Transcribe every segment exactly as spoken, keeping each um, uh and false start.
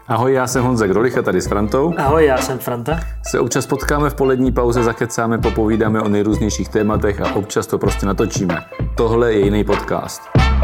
Ahoj, já jsem Honza Grolich a tady s Frantou. Ahoj, já jsem Franta. Se občas potkáme v polední pauze, zakecáme, popovídáme o nejrůznějších tématech a občas to prostě natočíme. Tohle je jiný podcast.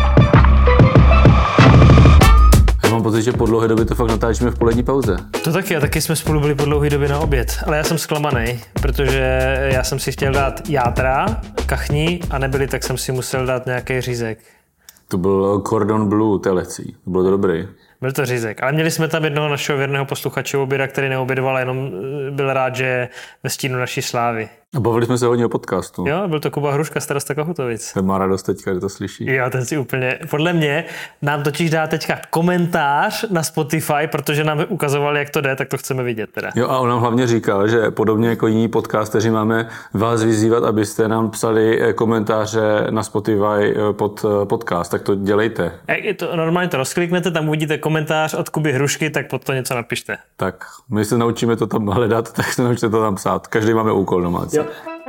Já mám pocit, že po dlouhé době to fakt natáčíme v polední pauze. To taky, a taky jsme spolu byli po dlouhé době na oběd. Ale já jsem zklamaný, protože já jsem si chtěl dát játra, kachní a nebyli, tak jsem si musel dát nějaký řízek. To byl Cordon Bleu telecí, to bylo to dobrý. Byl to řízek, ale měli jsme tam jednoho našeho věrného posluchače oběda, který neobědoval, jenom byl rád, že je ve stínu naší slávy. A bavili jsme se hodně o podcastu. Jo, byl to Kuba Hruška, starosta Kahutovic. Ten má radost teďka, že to slyší. Jo, ten si úplně, podle mě nám totiž dá teďka komentář na Spotify, protože nám ukazovali, jak to jde, tak to chceme vidět teda. Jo, a on nám hlavně říkal, že podobně jako jiní podcasteři máme vás vyzývat, abyste nám psali komentáře na Spotify pod podcast, tak to dělejte. Jak to, normálně to rozkliknete, tam uvidíte komentář od Kuby Hrušky, tak pod to něco napište. Tak, my se naučíme to tam hledat, tak se naučte to tam psát. Každý máme úkol domácí.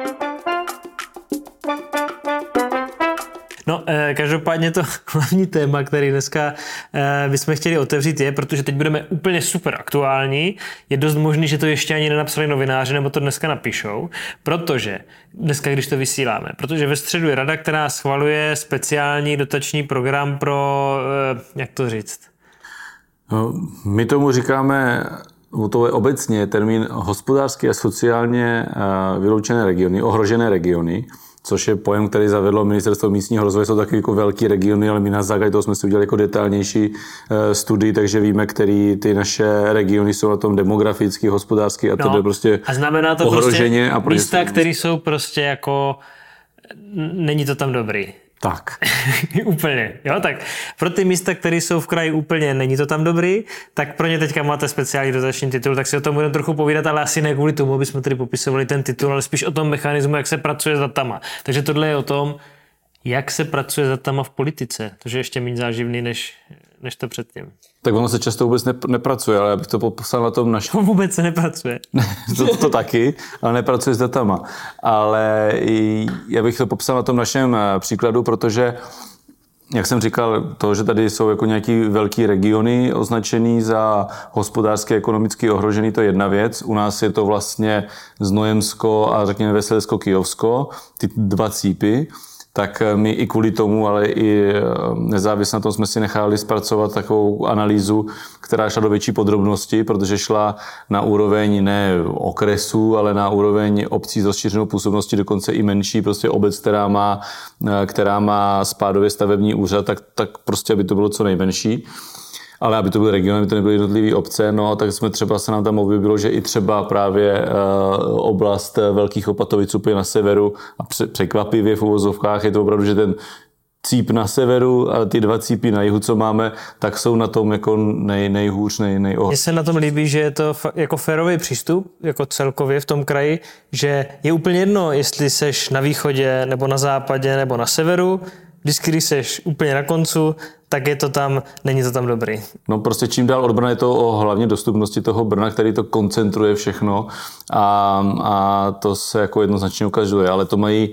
No, eh, každopádně to hlavní téma, který dneska eh, bychom chtěli otevřít je, protože teď budeme úplně super aktuální, je dost možný, že to ještě ani nenapsali novináři, nebo to dneska napíšou, protože dneska, když to vysíláme, protože ve středu je rada, která schvaluje speciální dotační program pro, eh, jak to říct? No, my tomu říkáme, to je obecně termín hospodářsky a sociálně vyloučené regiony, ohrožené regiony, což je pojem, který zavedlo Ministerstvo místního rozvoje. Jsou taky jako velký regiony, ale my na základě toho jsme si udělali jako detailnější studii, takže víme, který ty naše regiony jsou na tom demograficky, hospodářsky a to no, je prostě a znamená to ohroženě. Prostě a místa, které jsou prostě jako, není to tam dobrý. Tak. Úplně, jo, tak pro ty místa, které jsou v kraji úplně, není to tam dobrý, tak pro ně teďka máte speciální dotační titul, tak si o tom budeme trochu povídat, ale asi ne kvůli tomu, aby jsme tady popisovali ten titul, ale spíš o tom mechanismu, jak se pracuje s datama. Takže tohle je o tom, jak se pracuje s datama v politice, to je ještě méně záživný, než, než to předtím. Tak ono se často vůbec nepracuje, ale já bych to popsal na tom našem... Vůbec se nepracuje. to, to taky, ale nepracuje s datama. Ale já bych to popsal na tom našem příkladu, protože, jak jsem říkal, to, že tady jsou jako nějaký velký regiony označený za hospodářské, ekonomicky ohrožený, to je jedna věc. U nás je to vlastně Znojemsko a řekněme Veselsko-Kyjovsko, ty dva cípy. Tak my i kvůli tomu, ale i nezávisle na tom jsme si nechali zpracovat takovou analýzu, která šla do větší podrobnosti, protože šla na úroveň ne okresů, ale na úroveň obcí s rozšířenou působností, dokonce i menší, prostě obec, která má, která má spádově stavební úřad, tak, tak prostě, aby to bylo co nejmenší. Ale aby to byl region, aby to nebyly jednotlivé obce, no tak jsme třeba se nám tam objevilo, že i třeba právě uh, oblast Velkých Opatovic úplně na severu a překvapivě v uvozovkách je to opravdu, že ten cíp na severu a ty dva cípy na jihu, co máme, tak jsou na tom jako nej, nejhůř, nej, nejohroženější. Mně se na tom líbí, že je to jako férový přístup, jako celkově v tom kraji, že je úplně jedno, jestli seš na východě, nebo na západě, nebo na severu, vždycky, když seš úplně na koncu, tak je to tam, není to tam dobrý. No prostě čím dál od Brna je to o hlavně dostupnosti toho Brna, který to koncentruje všechno a, a to se jako jednoznačně ukazuje, ale to mají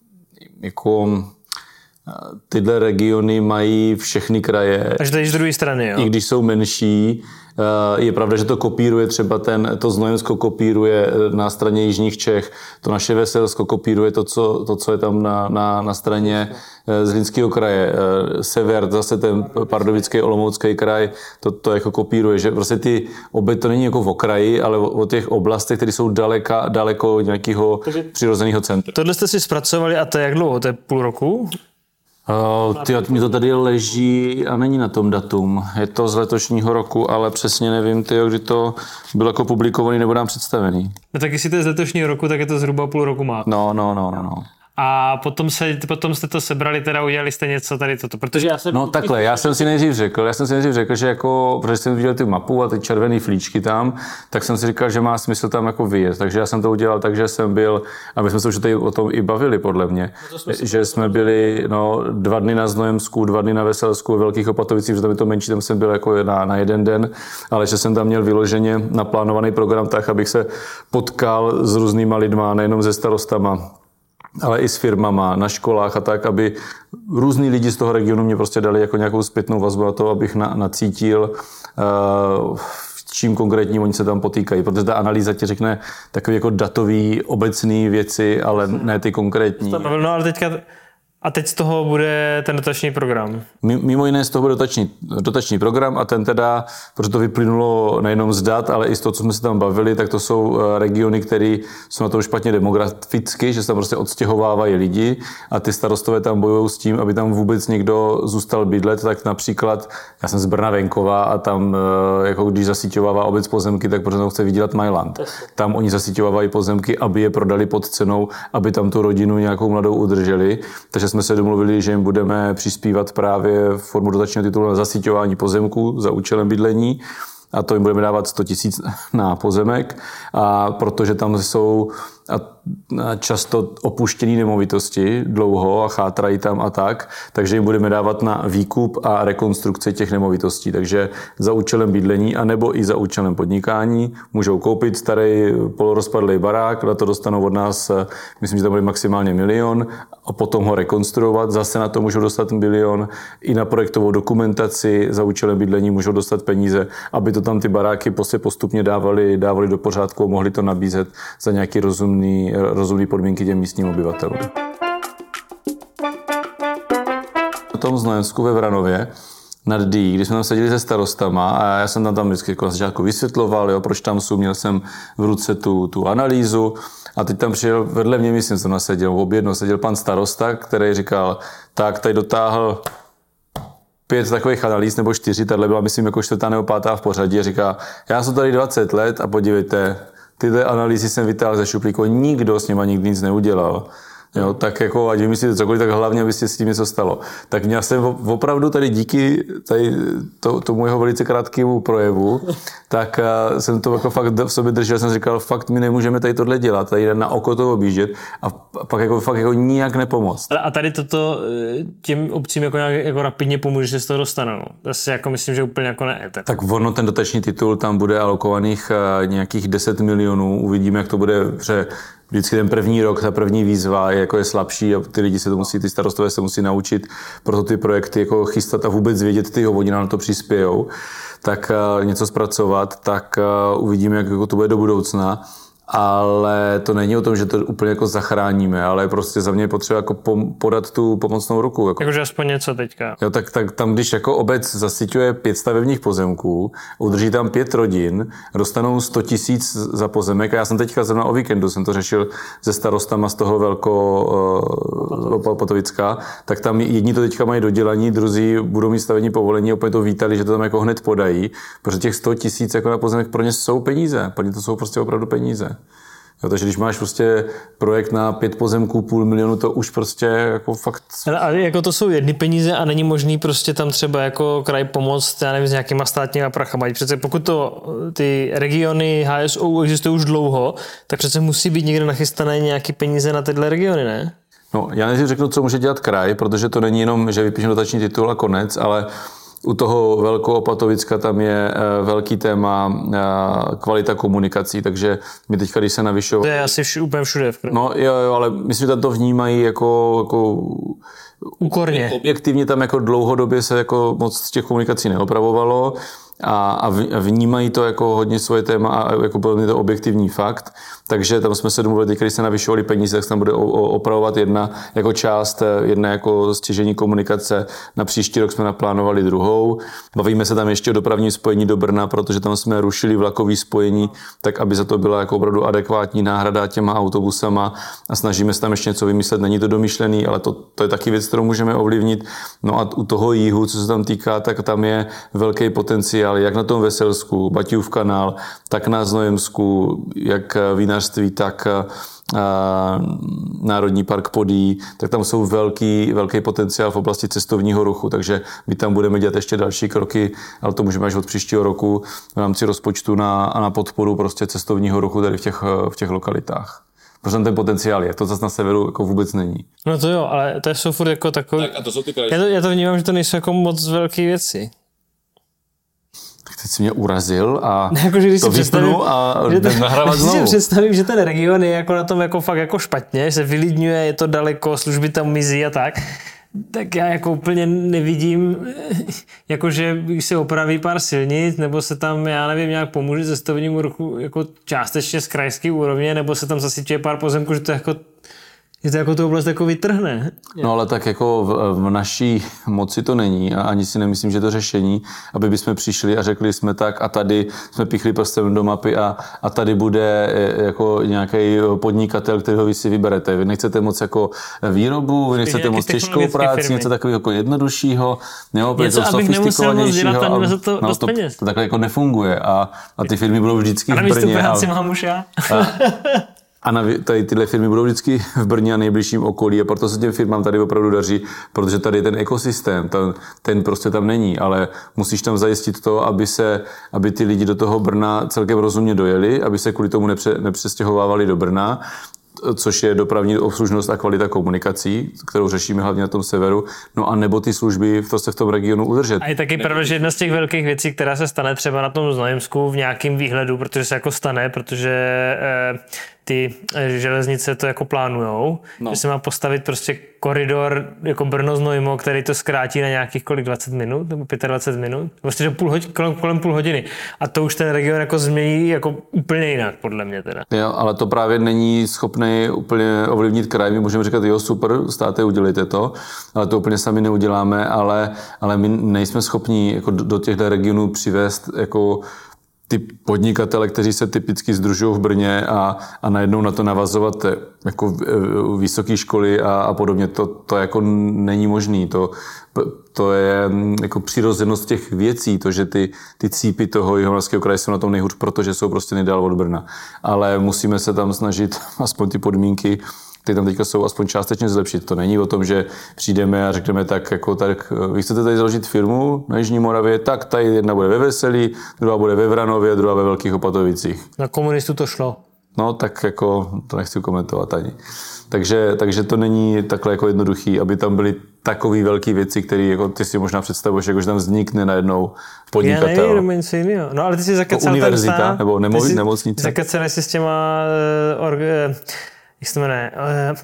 jako tyhle regiony mají všechny kraje. Takže to je z druhé strany, jo? I když jsou menší. Je pravda, že to kopíruje třeba ten, to Znojemsko kopíruje na straně jižních Čech, to naše Veselsko kopíruje to, co, to, co je tam na, na, na straně Zlínského kraje. Sever, zase ten Pardubický, Olomoucký kraj, to, to jako kopíruje, že prostě ty obě to není jako v okraji, ale o, o těch oblastech, které jsou daleka, daleko nějakého přirozeného centra. Tohle jste si zpracovali a to je jak dlouho? To je půl roku? Uh, ty, mi to tady leží a není na tom datum. Je to z letošního roku, ale přesně nevím, tyjo, kdy to bylo jako publikovaný nebo nám představený. No tak jestli to je z letošního roku, tak je to zhruba půl roku má. No, no, no, no, no. A potom, se, potom jste to sebrali, teda udělali jste něco tady toto, protože já jsem... No takhle, já jsem si nejdřív řekl, já jsem si nejdřív řekl, že jako, protože jsem viděl ty mapu a ty červený flíčky tam, tak jsem si říkal, že má smysl tam jako vyjet, takže já jsem to udělal tak, že jsem byl, a my jsme se už tady o tom i bavili podle mě, no jsme že jsme byli no, dva dny na Znojemsku, dva dny na Veselsku, Velkých Opatovicích, že tam je to menší, tam jsem byl jako na, na jeden den, ale že jsem tam měl vyloženě naplánovaný program tak, abych se potkal s různýma lidma, nejenom se starostama, ale i s firmama, na školách a tak, aby různý lidi z toho regionu mě prostě dali jako nějakou zpětnou vazbu na to, abych na, nacítil uh, čím konkrétním oni se tam potýkají, protože ta analýza ti řekne takové jako datový, obecné věci, ale ne ty konkrétní. No ale teďka, a teď z toho bude ten dotační program. Mimo jiné z toho bude dotační, dotační program a ten teda, protože to vyplynulo nejenom z dat, ale i z toho, co jsme se tam bavili, tak to jsou regiony, které jsou na tom špatně demograficky, že se tam prostě odstěhovávají lidi a ty starostové tam bojují s tím, aby tam vůbec někdo zůstal bydlet, tak například, já jsem z Brna venkova a tam, jako když zasíťovává obec pozemky, tak protože chce vydělat Mailand. Tam oni zasíťovávají pozemky, aby je prodali pod cenou, aby tam tu rodinu nějakou mladou udrželi. Takže jsme se domluvili, že jim budeme přispívat právě formu dotačního titulu na zasíťování pozemků za účelem bydlení a to jim budeme dávat sto tisíc na pozemek, a protože tam jsou často opuštěné nemovitosti dlouho a chátrají tam a tak, takže jim budeme dávat na výkup a rekonstrukci těch nemovitostí. Takže za účelem bydlení anebo i za účelem podnikání můžou koupit starý polorozpadlý barák, na to dostanou od nás, myslím, že tam bude maximálně milion, a potom ho rekonstruovat, zase na to můžou dostat milion, i na projektovou dokumentaci za účelem bydlení můžou dostat peníze, aby to tam ty baráky postupně dávali, dávali do pořádku a mohli to nabízet za nějaký rozumný, rozumný podmínky těm místním obyvatelům. Na tom Znojemsku ve Vranově nad Dý, když jsme tam seděli se starostama a já jsem tam, tam vždycky jako na začátku vysvětloval, jo, proč tam jsou, měl jsem v ruce tu, tu analýzu a teď tam přijel vedle mě, myslím, jsem tam seděl, v objedno seděl pan starosta, který říkal, tak tady dotáhl pět takových analýz, nebo čtyři, tahle byla, myslím, jako čtvrtá nebo pátá v pořadí a říká, já jsem tady dvacet let a podívejte, tyhle analýzy jsem vytáhl ze šuplíku, nikdo s nima nikdy nic neudělal. Jo, tak jako, ať vymyslíte cokoliv, tak hlavně, abyste s tím něco stalo. Tak měl jsem opravdu tady díky tady to, tomu jeho velice krátkému projevu, tak jsem to jako fakt v sobě držel, jsem říkal, fakt my nemůžeme tady tohle dělat, tady na oko to objíždět a pak jako, fakt jako nijak nepomoct. A tady toto těm obcím jako nějak jako rapidně pomůže, že se to dostanou. To si jako myslím, že úplně jako ne. Tak ono, ten dotační titul, tam bude alokovaných nějakých deset milionů, uvidíme, jak to bude, že vždycky ten první rok, ta první výzva je, jako je slabší a ty lidi se to musí, ty starostové se musí naučit proto ty projekty jako chystat a vůbec vědět, ty oni na to přispějou, tak uh, něco zpracovat, tak uh, uvidíme, jak jako to bude do budoucna. Ale to není o tom, že to úplně jako zachráníme, ale prostě za mě je potřeba jako pom- podat tu pomocnou ruku. Jako. Jakože aspoň něco teďka. Jo, tak, tak tam, když jako obec zasyťuje pět stavebních pozemků, udrží tam pět rodin, dostanou sto tisíc za pozemek a já jsem teďka zrovna o víkendu jsem to řešil se starostama z toho velko uh, Potovicka, tak tam jedni to teďka mají dodělaní, druzí budou mít stavební povolení a úplně to vítali, že to tam jako hned podají, protože těch sto tisíc jako na pozemek pro ně jsou peníze, pro ně to jsou prostě opravdu peníze. Jo, takže když máš prostě projekt na pět pozemků, půl milionu, to už prostě jako fakt... Ale jako to jsou jedny peníze a není možný prostě tam třeba jako kraj pomoct, já nevím, s nějakýma státníma prachama. Přece pokud to ty regiony H S O existují už dlouho, tak přece musí být někde nachystané nějaký peníze na tyhle regiony, ne? No, já nejdřív řeknu, co může dělat kraj, protože to není jenom, že vypíšeme dotační titul a konec, ale u toho Velkoopatovicka tam je velký téma kvalita komunikací, takže my teďka, když se navyšovali... To je asi vš- úplně všude. No jo, jo, ale myslím, že tam to vnímají jako... jako úkorně. Objektivně tam jako dlouhodobě se jako moc z těch komunikací neopravovalo a, a vnímají to jako hodně svoje téma a jako byl to objektivní fakt. Takže tam jsme se domluvili, když se navyšovali peníze, tak se tam bude opravovat jedna jako část, jedna jako stěžení komunikace. Na příští rok jsme naplánovali druhou. Bavíme se tam ještě o dopravním spojení do Brna, protože tam jsme rušili vlakový spojení, tak aby za to byla jako opravdu adekvátní náhrada těma autobusama a snažíme se tam ještě něco vymyslet. Není to domyšlený, ale to, to je taky věc, kterou můžeme ovlivnit. No a u toho jihu, co se tam týká, tak tam je velký potenciál, jak na tom Veselsku, Baťův kanál, tak na Znojemsku, jak vinařství, tak Národní park Podí, tak tam jsou velký, velký potenciál v oblasti cestovního ruchu, takže my tam budeme dělat ještě další kroky, ale to můžeme až od příštího roku v rámci rozpočtu na, na podporu prostě cestovního ruchu tady v těch, v těch lokalitách. Protože ten potenciál je, to zase na severu jako vůbec není. No to jo, ale to jsou furt jako takový... Tak a to jsou ty já, to, já to vnímám, že to nejsou jako moc velké věci. Teď jsi mě urazil a ne, jako, že to vypnu a jdem nahrávat znovu. Když si představím, že ten region je jako na tom jako fakt jako špatně, že se vylidňuje, je to daleko, služby tam mizí a tak, tak já jako úplně nevidím, jakože když se opraví pár silnic, nebo se tam, já nevím, nějak pomůže cestovnímu ruchu jako částečně z krajské úrovně, nebo se tam zasyčuje pár pozemků, že to jako že to jako tu oblast jako vytrhne. No ale tak jako v, v naší moci to není a ani si nemyslím, že to řešení, aby bychom přišli a řekli jsme tak a tady jsme píchli prstem do mapy a, a tady bude jako nějaký podnikatel, kterého vy si vyberete. Vy nechcete moc jako výrobu, vy nechcete moc těžkou práci, firmy. Něco takového jako jednoduššího, nebo něco, abych nemusel moc dělat a za to no, dost to, peněz. To takhle jako nefunguje a, a ty firmy budou vždycky a v Brně. A na mám už já. A na, tady tyhle firmy budou vždycky v Brně a nejbližším okolí a proto se těm firmám tady opravdu daří, protože tady je ten ekosystém, ten, ten prostě tam není, ale musíš tam zajistit to, aby se, aby ty lidi do toho Brna celkem rozumně dojeli, aby se kvůli tomu nepře, nepřestěhovávali do Brna, což je dopravní obslužnost a kvalita komunikací, kterou řešíme hlavně na tom severu, no a nebo ty služby to se v tom regionu udržet. A je taky pravda, že jedna z těch velkých věcí, která se stane třeba na tom Znojemsku v nějakém výhledu, protože se jako stane, protože eh, ty železnice to jako plánujou, no. Že se má postavit prostě koridor jako Brno-Znojmo, který to zkrátí na nějakých kolik dvacet minut nebo dvacet pět minut, vlastně půl hodin, kolem, kolem půl hodiny. A to už ten region jako změní jako úplně jinak, podle mě teda. Jo, ale to právě není schopný úplně ovlivnit kraj. My můžeme říkat, jo, super, státe, udělejte to, ale to úplně sami neuděláme, ale, ale my nejsme schopni jako do, do těchto regionů přivést jako ty podnikatele, kteří se typicky sdružují v Brně a, a najednou na to navazovat jako vysoké školy a, a podobně. To, to jako není možný. To, to je jako přirozenost těch věcí, to, že ty, ty cípy toho Jihomoravského kraje jsou na tom nejhůř, protože jsou prostě nejdál od Brna. Ale musíme se tam snažit aspoň ty podmínky, které tam teďka jsou, aspoň částečně zlepšit. To není o tom, že přijdeme a řekneme tak, jako tak, vy chcete tady založit firmu na Jižní Moravě, tak tady jedna bude ve Veselí, druhá bude ve Vranově, druhá ve Velkých Opatovicích. Na komunistů to šlo. No, tak jako to nechci komentovat ani. Takže, takže to není takhle jako jednoduchý, aby tam byly takový velký věci, které jako ty si možná představuješ, jako že tam vznikne najednou podnikatel. Já nevím, nebo něco jiného. No, ale ty si zakecal univerzita, ten nebo nemo, nemocnice. Zakecal jsi s těma uh, org, uh, jak se to jmenuje, uh,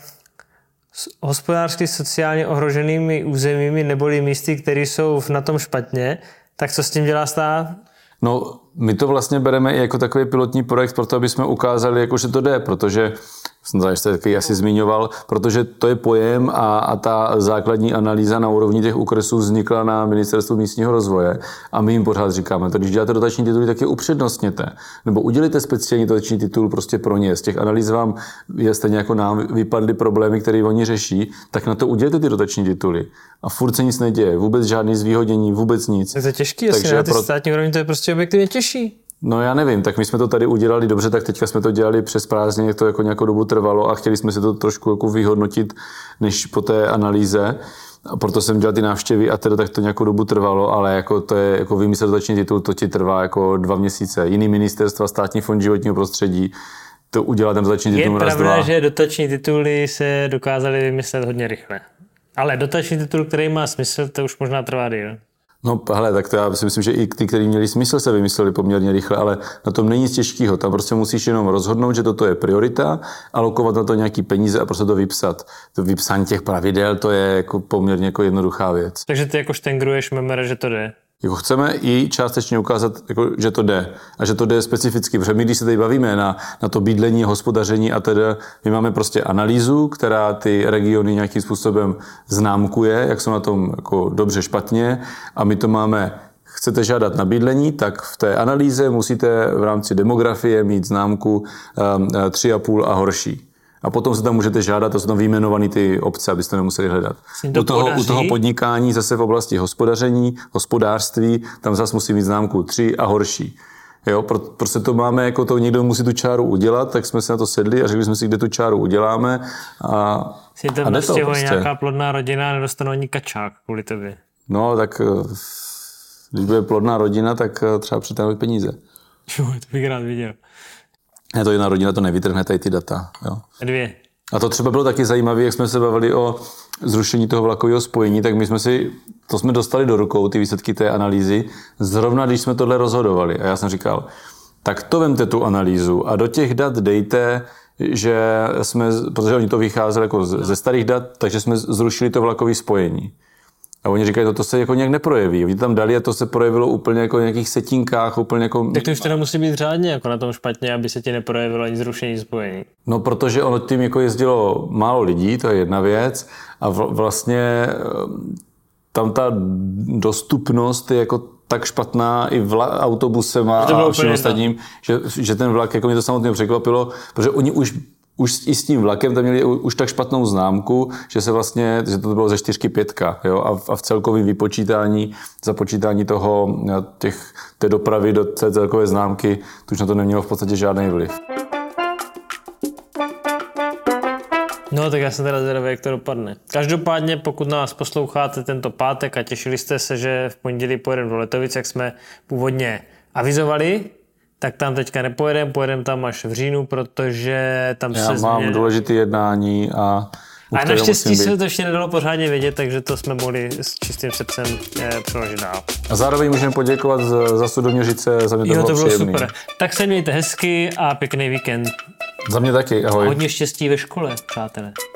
hospodářsky sociálně ohroženými územími neboli místy, které jsou na tom špatně, tak co s tím dělá stát? No, my to vlastně bereme i jako takový pilotní projekt, proto aby jsme ukázali, jako, že to jde, protože jsem to ještě taky asi zmiňoval, protože to je pojem a, a ta základní analýza na úrovni těch okresů vznikla na Ministerstvu místního rozvoje a my jim pořád říkáme, to když děláte dotační tituly, tak je upřednostněte. Nebo udělejte speciální dotační titul prostě pro ně. Z těch analýz vám je stejně jako nám vypadly problémy, které oni řeší, tak na to udělejte ty dotační tituly. A furt se nic neděje, vůbec žádný zvýhodnění, vůbec nic. Je to těžký, asi na ty pro... státní úrovni to je prostě objektivně těžší. No já nevím, tak my jsme to tady udělali dobře, tak teďka jsme to dělali přes prázdniny, to jako nějakou dobu trvalo a chtěli jsme si to trošku jako vyhodnotit, než po té analýze. A proto jsem dělal ty návštěvy a teda tak to nějakou dobu trvalo, ale jako to je jako vymyslet dotační titul, to ti trvá jako dva měsíce. Jiný ministerstva, Státní fond životního prostředí, to udělá ten dotační titul raz, dva. Je pravda, že dotační tituly se dokázaly vymyslet hodně rychle. Ale dotační titul, který má smysl, to už možná trvá díl. No hele, tak to já si myslím, že i ty, kteří měli smysl, se vymysleli poměrně rychle, ale na tom není nic těžkého. Tam prostě musíš jenom rozhodnout, že toto je priorita, alokovat na to nějaký peníze a prostě to vypsat. To vypsání těch pravidel, to je jako poměrně jako jednoduchá věc. Takže ty jako štengruješ memere, že to jde? Jako chceme i částečně ukázat, jako, že to jde. A že to jde specificky. Protože my, když se tady bavíme na, na to bydlení, hospodaření a teda, my máme prostě analýzu, která ty regiony nějakým způsobem známkuje, jak jsou na tom jako dobře, špatně. A my to máme, chcete žádat na bydlení, tak v té analýze musíte v rámci demografie mít známku um, tři a půl a horší. A potom se tam můžete žádat, to jsou tam vyjmenované ty obce, abyste nemuseli hledat. U toho, u toho podnikání zase v oblasti hospodaření, hospodářství, tam zase musí mít známku tři a horší. Jo, prostě to máme, jako to někdo musí tu čáru udělat, tak jsme se na to sedli a řekli jsme si, kde tu čáru uděláme a, si tam a jde to prostě. Nějaká plodná rodina nedostanou ani kačák kvůli tobě. No, tak když bude plodná rodina, tak třeba přitáhnout peníze. Jo, to bych rád viděl. Ne, to jedna rodina to nevytrhne, tady ty data. Jo. Dvě. A to třeba bylo taky zajímavé, jak jsme se bavili o zrušení toho vlakového spojení, tak my jsme si, to jsme dostali do rukou, ty výsledky té analýzy, zrovna když jsme tohle rozhodovali. A já jsem říkal, tak to vemte tu analýzu a do těch dat dejte že jsme, protože oni to vycházeli jako ze starých dat, takže jsme zrušili to vlakové spojení. A oni říkají, to, to se jako nějak neprojeví. Oni tam dali a to se projevilo úplně jako v nějakých setinkách, úplně jako... Tak to už teda musí být řádně jako na tom špatně, aby se ti neprojevilo ani zrušení spojení. No, protože ono tím jako jezdilo málo lidí, to je jedna věc. A vlastně tam ta dostupnost je jako tak špatná i vla, autobusem a všem ostatním, že, že ten vlak, jako mě to samotně překvapilo, protože oni už Už i s tím vlakem tam měli už tak špatnou známku, že se vlastně, že to bylo ze čtyřky pětka, jo, a v, a v celkovém vypočítání, započítání toho, těch, té dopravy do té celkové známky, to už na to nemělo v podstatě žádný vliv. No tak já jsem teda zvědavý, jak to dopadne. Každopádně, pokud nás posloucháte tento pátek a těšili jste se, že v pondělí pojedeme do Letovic, jak jsme původně avizovali, tak tam teďka nepojedeme, pojedeme tam až v říjnu, protože tam já se Já mám změn... důležité jednání a... A naštěstí se to ještě nedalo pořádně vědět, takže to jsme mohli s čistým srdcem eh, přeložit dál. A zároveň můžeme poděkovat za, za Sudoměřice, za mě to jo, bylo to bylo příjemný. super. Tak se mějte hezky a pěkný víkend. Za mě taky, ahoj. Hodně štěstí ve škole, přátelé.